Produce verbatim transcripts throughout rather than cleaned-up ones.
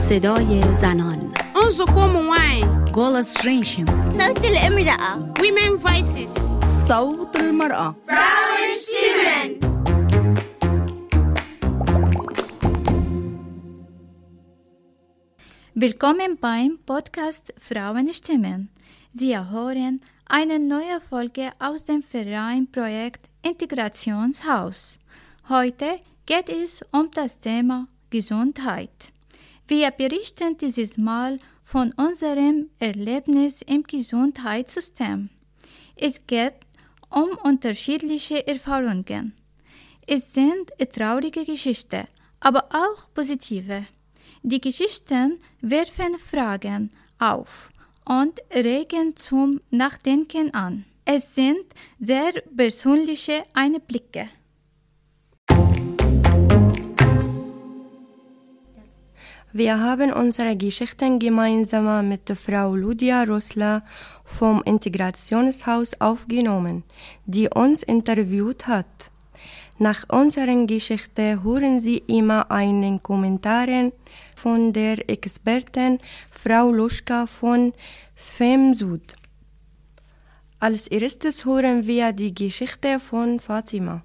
صدای زنان. انظركم واي. голос женщин. صوت الامرأة. Women voices. صوت المرأة. Frauenstimmen. Willkommen beim Podcast Frauenstimmen. Sie hören eine neue Folge aus dem Verein-Projekt Integrationshaus. Heute geht es um das Thema Gesundheit. Wir berichten dieses Mal von unserem Erlebnis im Gesundheitssystem. Es geht um unterschiedliche Erfahrungen. Es sind traurige Geschichten, aber auch positive. Die Geschichten werfen Fragen auf und regen zum Nachdenken an. Es sind sehr persönliche Einblicke. Wir haben unsere Geschichten gemeinsam mit Frau Ludia Rosler vom Integrationshaus aufgenommen, die uns interviewt hat. Nach unseren Geschichten hören Sie immer einen Kommentar von der Expertin Frau Luschka von FemSud. Als erstes hören wir die Geschichte von Fatima.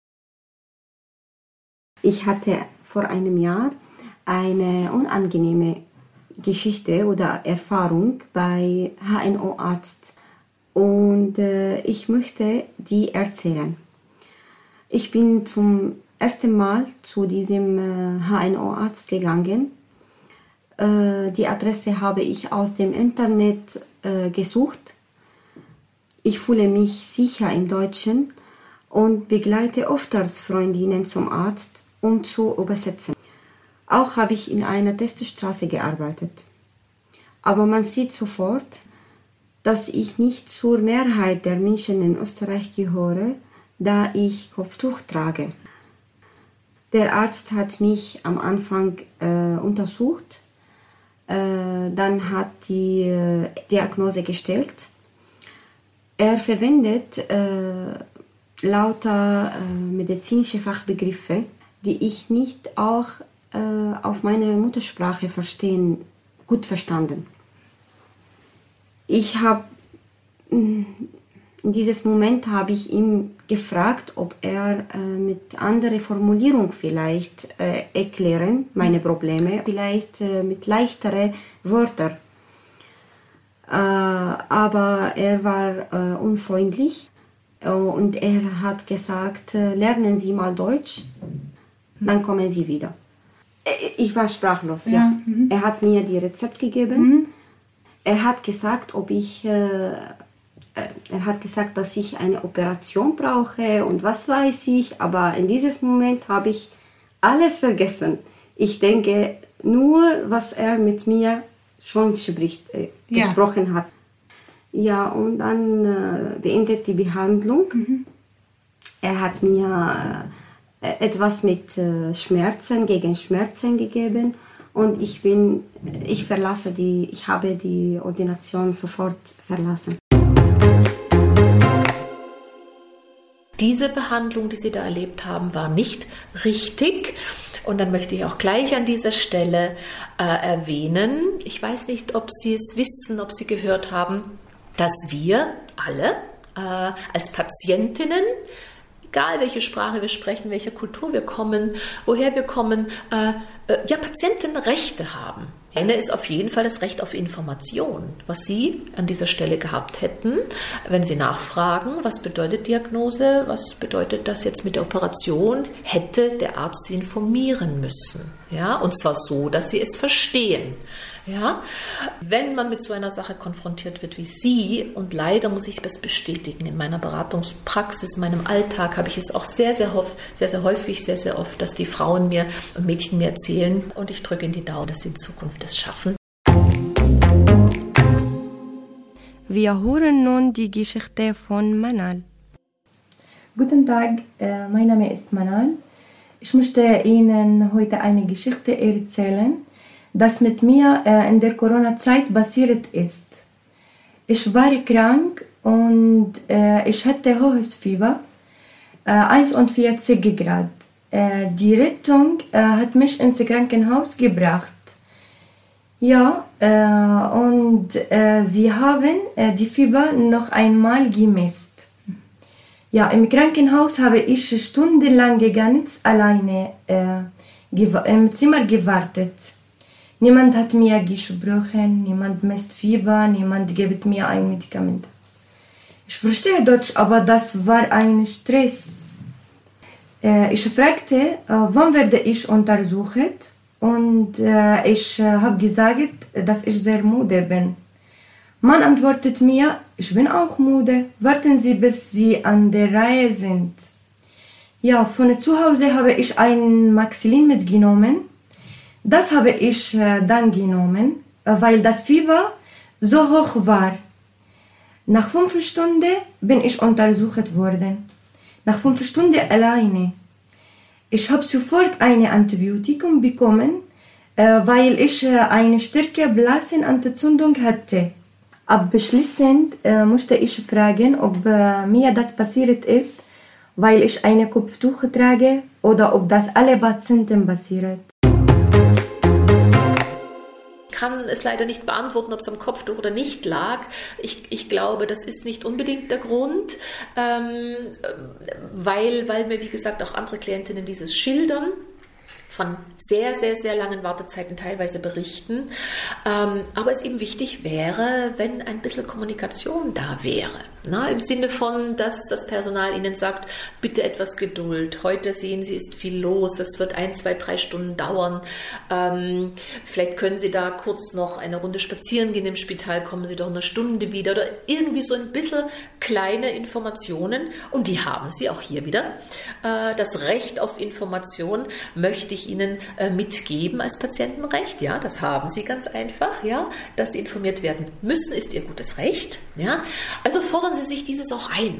Ich hatte vor einem Jahr eine unangenehme Geschichte oder Erfahrung bei H N O-Arzt und äh, ich möchte die erzählen. Ich bin zum ersten Mal zu diesem äh, H N O-Arzt gegangen. Äh, die Adresse habe ich aus dem Internet äh, gesucht. Ich fühle mich sicher im Deutschen und begleite öfters Freundinnen zum Arzt, um zu übersetzen. Auch habe ich in einer Teststraße gearbeitet. Aber man sieht sofort, dass ich nicht zur Mehrheit der Menschen in Österreich gehöre, da ich Kopftuch trage. Der Arzt hat mich am Anfang äh, untersucht, äh, dann hat die äh, Diagnose gestellt. Er verwendet äh, lauter äh, medizinische Fachbegriffe, die ich nicht auch äh, auf meine Muttersprache verstehen, gut verstanden. Ich habe in diesem Moment habe ich ihn gefragt, ob er äh, mit anderer Formulierung vielleicht äh, erklären, meine Probleme, vielleicht äh, mit leichteren Wörtern. Äh, aber er war äh, unfreundlich äh, und er hat gesagt, äh, lernen Sie mal Deutsch, dann kommen Sie wieder. Ich war sprachlos, ja. ja. Mhm. Er hat mir die Rezept gegeben. Mhm. Er hat gesagt, ob ich, äh, er hat gesagt, dass ich eine Operation brauche und was weiß ich. Aber in diesem Moment habe ich alles vergessen. Ich denke nur, was er mit mir schon spricht, äh, ja. gesprochen hat. Ja, und dann äh, beendet die Behandlung. Mhm. Er hat mir äh, etwas mit äh, Schmerzen, gegen Schmerzen gegeben. Und ich bin, ich verlasse die, ich habe die Ordination sofort verlassen. Diese Behandlung, die Sie da erlebt haben, war nicht richtig. Und dann möchte ich auch gleich an dieser Stelle äh, erwähnen, ich weiß nicht, ob Sie es wissen, ob Sie gehört haben, dass wir alle äh, als Patientinnen, egal welche Sprache wir sprechen, welcher Kultur wir kommen, woher wir kommen, äh, äh, ja, Patientenrechte haben. Eine ist auf jeden Fall das Recht auf Information, was Sie an dieser Stelle gehabt hätten, wenn Sie nachfragen, was bedeutet Diagnose, was bedeutet das jetzt mit der Operation, hätte der Arzt Sie informieren müssen. Ja, und zwar so, dass Sie es verstehen. Ja, wenn man mit so einer Sache konfrontiert wird wie Sie, und leider muss ich das bestätigen, in meiner Beratungspraxis, in meinem Alltag habe ich es auch sehr, sehr, hof, sehr, sehr häufig, sehr, sehr oft, dass die Frauen mir und Mädchen mir erzählen, und ich drücke in die Daumen, dass sie in Zukunft es schaffen. Wir hören nun die Geschichte von Manal. Guten Tag, äh, mein Name ist Manal. Ich möchte Ihnen heute eine Geschichte erzählen, das mit mir äh, in der Corona-Zeit passiert ist. Ich war krank und äh, ich hatte hohes Fieber, äh, einundvierzig Grad. Äh, die Rettung äh, hat mich ins Krankenhaus gebracht. Ja, äh, und äh, sie haben äh, die Fieber noch einmal gemessen. Ja, im Krankenhaus habe ich stundenlang ganz alleine äh, im Zimmer gewartet. Niemand hat mir gesprochen, niemand misst Fieber, niemand gibt mir ein Medikament. Ich verstehe Deutsch, aber das war ein Stress. Äh, ich fragte, äh, wann werde ich untersucht? Und äh, ich äh, habe gesagt, dass ich sehr müde bin. Man antwortet mir, ich bin auch müde. Warten Sie, bis Sie an der Reihe sind. Ja, von zu Hause habe ich ein Maxilin mitgenommen. Das habe ich äh, dann genommen, äh, weil das Fieber so hoch war. Nach fünf Stunden bin ich untersucht worden. Nach fünf Stunden alleine. Ich habe sofort ein Antibiotikum bekommen, äh, weil ich äh, eine starke Blasenentzündung hatte. Abschließend äh, musste ich fragen, ob äh, mir das passiert ist, weil ich ein Kopftuch trage oder ob das alle Patienten passiert. Ich kann es leider nicht beantworten, ob es am Kopftuch oder nicht lag. Ich, ich glaube, das ist nicht unbedingt der Grund, ähm, weil, weil mir, wie gesagt, auch andere Klientinnen dieses schildern, von sehr, sehr, sehr langen Wartezeiten teilweise berichten. Ähm, aber es eben wichtig wäre, wenn ein bisschen Kommunikation da wäre. Na, im Sinne von, dass das Personal Ihnen sagt, bitte etwas Geduld. Heute sehen Sie, ist viel los. Das wird ein, zwei, drei Stunden dauern. Ähm, vielleicht können Sie da kurz noch eine Runde spazieren gehen im Spital. Kommen Sie doch eine Stunde wieder. Oder irgendwie so ein bisschen kleine Informationen. Und die haben Sie auch hier wieder. Äh, das Recht auf Information möchte ich Ihnen äh, mitgeben als Patientenrecht. Ja, das haben Sie ganz einfach. Ja, dass Sie informiert werden müssen, ist Ihr gutes Recht. Ja, also fordern Sie sich dieses auch ein.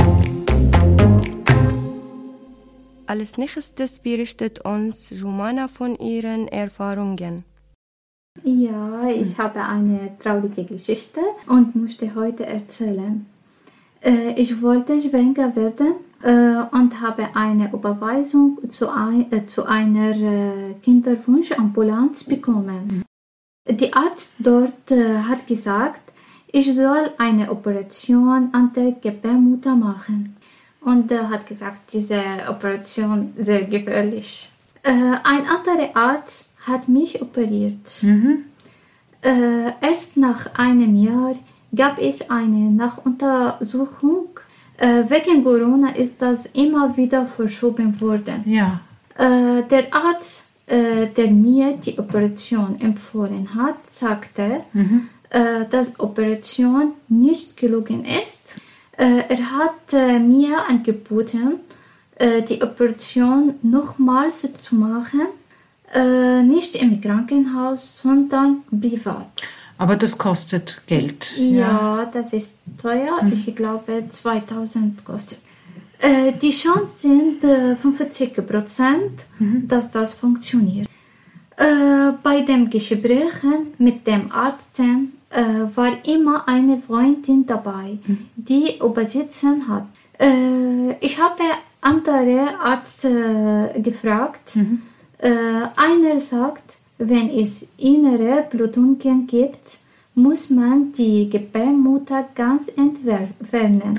Als nächstes berichtet uns Jumana von ihren Erfahrungen. Ja, ich habe eine traurige Geschichte und möchte heute erzählen. Äh, ich wollte schwanger werden äh, und habe eine Überweisung zu, ein, äh, zu einer äh, Kinderwunschambulanz bekommen. Die Arzt dort äh, hat gesagt, ich soll eine Operation an der Gebärmutter machen. Und er hat gesagt, diese Operation ist sehr gefährlich. Äh, ein anderer Arzt hat mich operiert. Mhm. Äh, erst nach einem Jahr gab es eine Nachuntersuchung. Äh, wegen Corona ist das immer wieder verschoben worden. Ja. Äh, der Arzt, äh, der mir die Operation empfohlen hat, sagte, mhm. dass Operation nicht gelungen ist. Er hat mir angeboten, die Operation nochmals zu machen, nicht im Krankenhaus, sondern privat. Aber das kostet Geld. Ja, ja. Das ist teuer. Mhm. Ich glaube, zweitausend kostet. Die Chancen sind fünfzig Prozent, mhm. dass das funktioniert. Bei den Gesprächen mit dem Arzt äh, war immer eine Freundin dabei, mhm. die übersetzen hat. Äh, ich habe andere Ärzte gefragt. Mhm. Äh, einer sagt, wenn es innere Blutungen gibt, muss man die Gebärmutter ganz entfernen.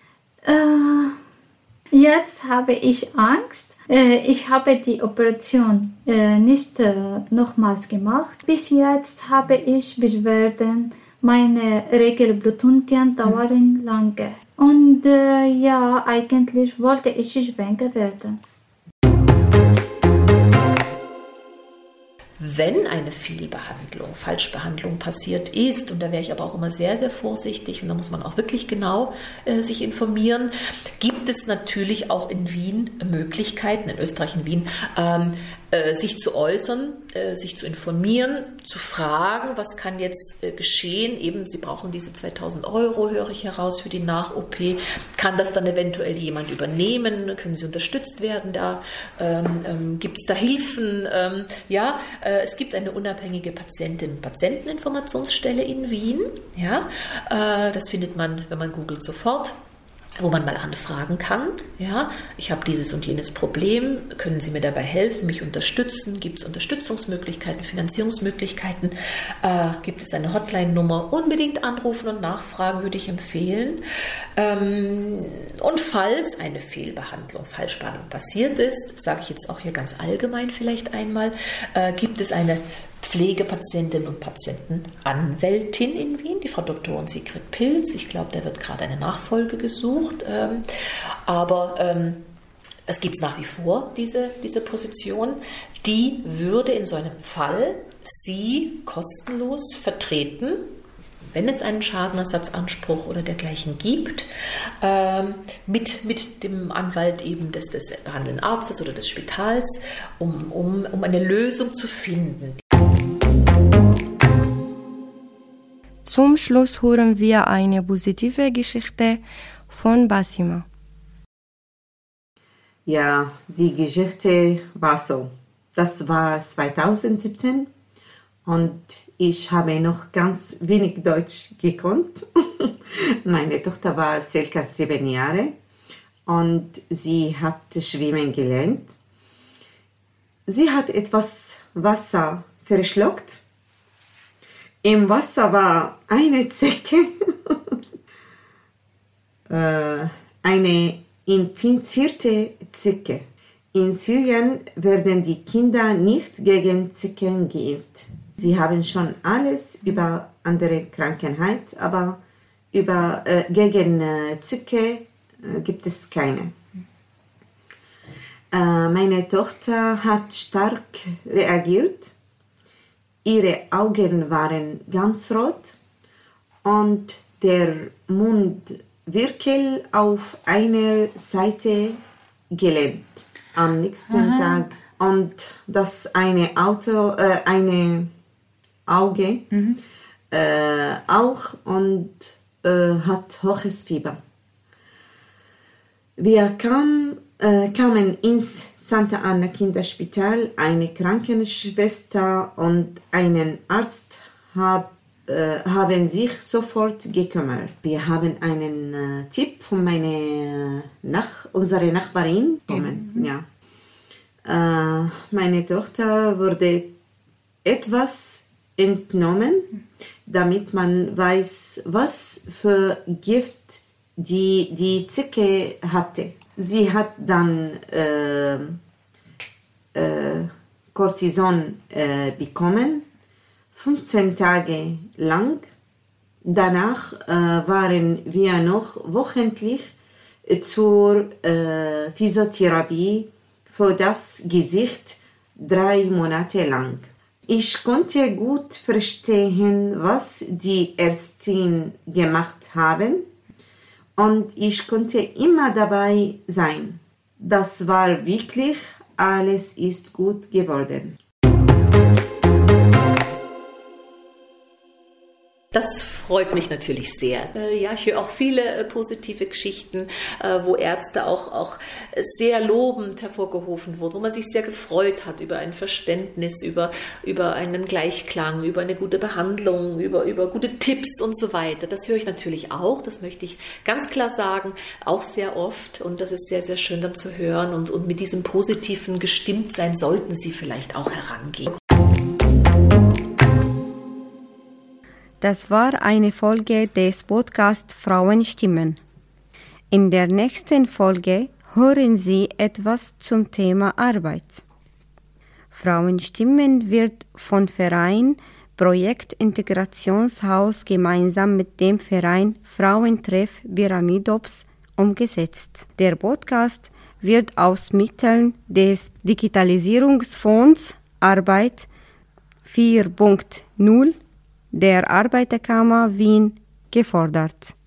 Äh, jetzt habe ich Angst. Ich habe die Operation äh, nicht äh, nochmals gemacht. Bis jetzt habe ich Beschwerden. Meine Regelblutungen dauern lange. Und äh, ja, eigentlich wollte ich schwanger werden. Wenn eine Fehlbehandlung, Falschbehandlung passiert ist, und da wäre ich aber auch immer sehr, sehr vorsichtig und da muss man auch wirklich genau äh, sich informieren, gibt es natürlich auch in Wien Möglichkeiten, in Österreich, in Wien, ähm, äh, sich zu äußern, äh, sich zu informieren, zu fragen, was kann jetzt äh, geschehen. Eben, Sie brauchen diese zweitausend Euro, höre ich heraus, für die Nach-O P. Kann das dann eventuell jemand übernehmen? Können Sie unterstützt werden? Da ähm, ähm, gibt es da Hilfen? Ähm, ja, äh, es gibt eine unabhängige Patientinnen- und Patienteninformationsstelle in Wien. Ja, äh, das findet man, wenn man googelt, sofort. wo man mal anfragen kann, ja, ich habe dieses und jenes Problem, können Sie mir dabei helfen, mich unterstützen, gibt es Unterstützungsmöglichkeiten, Finanzierungsmöglichkeiten, äh, gibt es eine Hotline-Nummer, unbedingt anrufen und nachfragen, würde ich empfehlen. Ähm, und falls eine Fehlbehandlung, Falschbehandlung passiert ist, sage ich jetzt auch hier ganz allgemein vielleicht einmal, äh, gibt es eine Pflegepatientin und Patientenanwältin in Wien, die Frau Doktorin Sigrid Pilz. Ich glaube, da wird gerade eine Nachfolge gesucht. Ähm, aber ähm, es gibt nach wie vor diese, diese Position. Die würde in so einem Fall Sie kostenlos vertreten, wenn es einen Schadenersatzanspruch oder dergleichen gibt, ähm, mit, mit dem Anwalt eben des, des behandelnden Arztes oder des Spitals, um, um, um eine Lösung zu finden. Zum Schluss hören wir eine positive Geschichte von Basima. Ja, die Geschichte war so. Das war zweitausendsiebzehn und ich habe noch ganz wenig Deutsch gekonnt. Meine Tochter war circa sieben Jahre und sie hat schwimmen gelernt. Sie hat etwas Wasser verschluckt. Im Wasser war eine Zecke, äh, eine infizierte Zecke. In Syrien werden die Kinder nicht gegen Zecken geimpft. Sie haben schon alles über andere Krankheit, aber über, äh, gegen äh, Zecke äh, gibt es keine. Äh, meine Tochter hat stark reagiert. Ihre Augen waren ganz rot und der Mundwinkel auf einer Seite gelähmt am nächsten Aha. Tag. Und das eine, Auto, äh, eine Auge mhm. äh, auch und äh, hat hohes Fieber. Wir kam, äh, kamen ins Santa Anna Kinderspital. Eine Krankenschwester und einen Arzt hab, äh, haben sich sofort gekümmert. Wir haben einen äh, Tipp von meiner Nach unserer Nachbarin bekommen. Mhm. Ja. Äh, meine Tochter wurde etwas entnommen, damit man weiß, was für Gift die, die Zecke hatte. Sie hat dann äh, äh, Cortison äh, bekommen, fünfzehn Tage lang. Danach äh, waren wir noch wöchentlich zur äh, Physiotherapie für das Gesicht drei Monate lang. Ich konnte gut verstehen, was die Ärzte gemacht haben. Und ich konnte immer dabei sein. Das war wirklich, alles ist gut geworden. Das freut mich natürlich sehr. Ja, ich höre auch viele positive Geschichten, wo Ärzte auch, auch sehr lobend hervorgehoben wurden, wo man sich sehr gefreut hat über ein Verständnis, über, über einen Gleichklang, über eine gute Behandlung, über, über gute Tipps und so weiter. Das höre ich natürlich auch, das möchte ich ganz klar sagen, auch sehr oft, und das ist sehr, sehr schön dann zu hören, und, und mit diesem positiven Gestimmtsein sollten Sie vielleicht auch herangehen. Das war eine Folge des Podcasts Frauenstimmen. In der nächsten Folge hören Sie etwas zum Thema Arbeit. Frauenstimmen wird von Verein Projekt Integrationshaus gemeinsam mit dem Verein Frauentreff Pyramidops umgesetzt. Der Podcast wird aus Mitteln des Digitalisierungsfonds Arbeit vier Punkt null der Arbeiterkammer Wien gefordert.